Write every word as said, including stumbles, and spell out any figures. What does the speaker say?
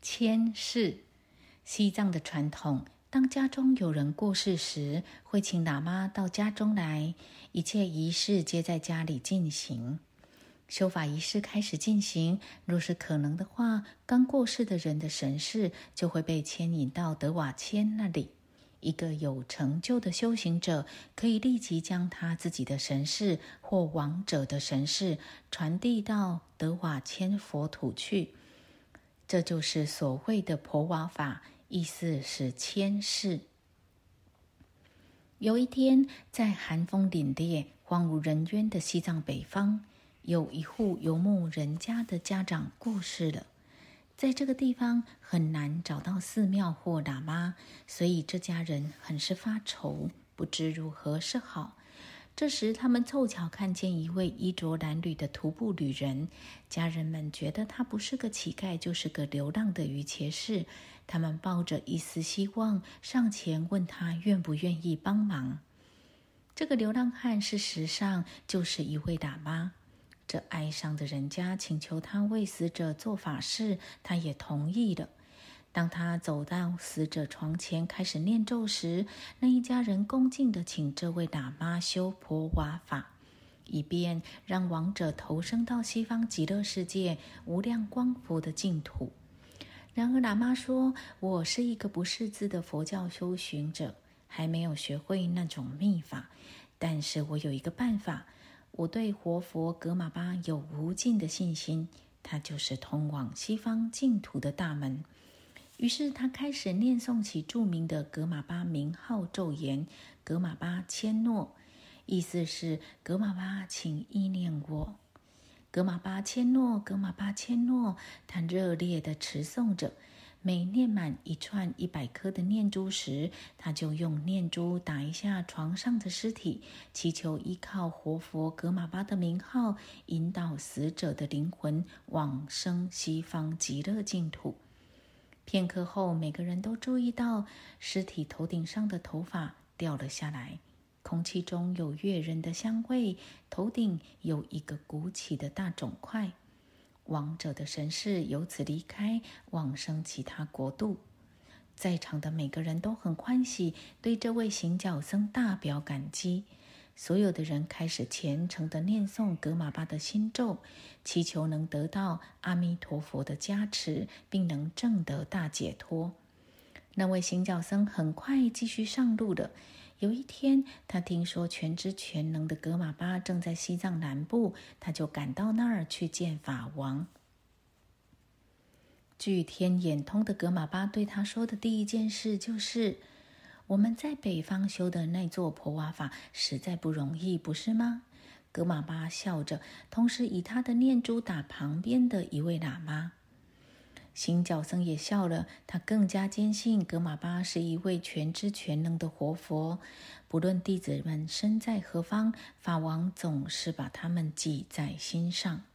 签事。西藏的传统，当家中有人过世时，会请喇嘛到家中来，一切仪式皆在家里进行。修法仪式开始进行，若是可能的话，刚过世的人的神识就会被牵引到德瓦签那里。一个有成就的修行者可以立即将他自己的神识或亡者的神识传递到德瓦签佛土去，这就是所谓的婆瓦法，意思是签事。有一天，在寒风凛冽、荒无人烟的西藏北方，有一户游牧人家的家长过世了。在这个地方很难找到寺庙或喇嘛，所以这家人很是发愁，不知如何是好。这时他们凑巧看见一位衣着褴褛的徒步旅人，家人们觉得他不是个乞丐，就是个流浪的瑜伽士。他们抱着一丝希望上前问他愿不愿意帮忙。这个流浪汉事实上就是一位喇嘛。这哀伤的人家请求他为死者做法事，他也同意了。当他走到死者床前开始念咒时，那一家人恭敬地请这位喇嘛修婆瓦法，以便让亡者投生到西方极乐世界无量光佛的净土。然而喇嘛说，我是一个不识字的佛教修行者，还没有学会那种秘法，但是我有一个办法。我对活佛格玛巴有无尽的信心，他就是通往西方净土的大门。于是他开始念诵起著名的格玛巴名号咒言，格玛巴千诺，意思是格玛巴请意念我。格玛巴千诺，格玛巴千诺，他热烈地持诵着。每念满一串一百颗的念珠时，他就用念珠打一下床上的尸体，祈求依靠活佛格玛巴的名号，引导死者的灵魂往生西方极乐净土。片刻后，每个人都注意到尸体头顶上的头发掉了下来，空气中有悦人的香味，头顶有一个鼓起的大肿块。亡者的神识由此离开，往生其他国度。在场的每个人都很欢喜，对这位行脚僧大表感激。所有的人开始虔诚地念诵格玛巴的心咒，祈求能得到阿弥陀佛的加持，并能证得大解脱。那位行脚僧很快继续上路了。有一天，他听说全知全能的格玛巴正在西藏南部，他就赶到那儿去见法王。巨天眼通的格玛巴对他说的第一件事就是：我们在北方修的那座婆瓦法实在不容易，不是吗？格玛巴笑着，同时以他的念珠打旁边的一位喇嘛。行脚僧也笑了，他更加坚信格玛巴是一位全知全能的活佛，不论弟子们身在何方，法王总是把他们记在心上。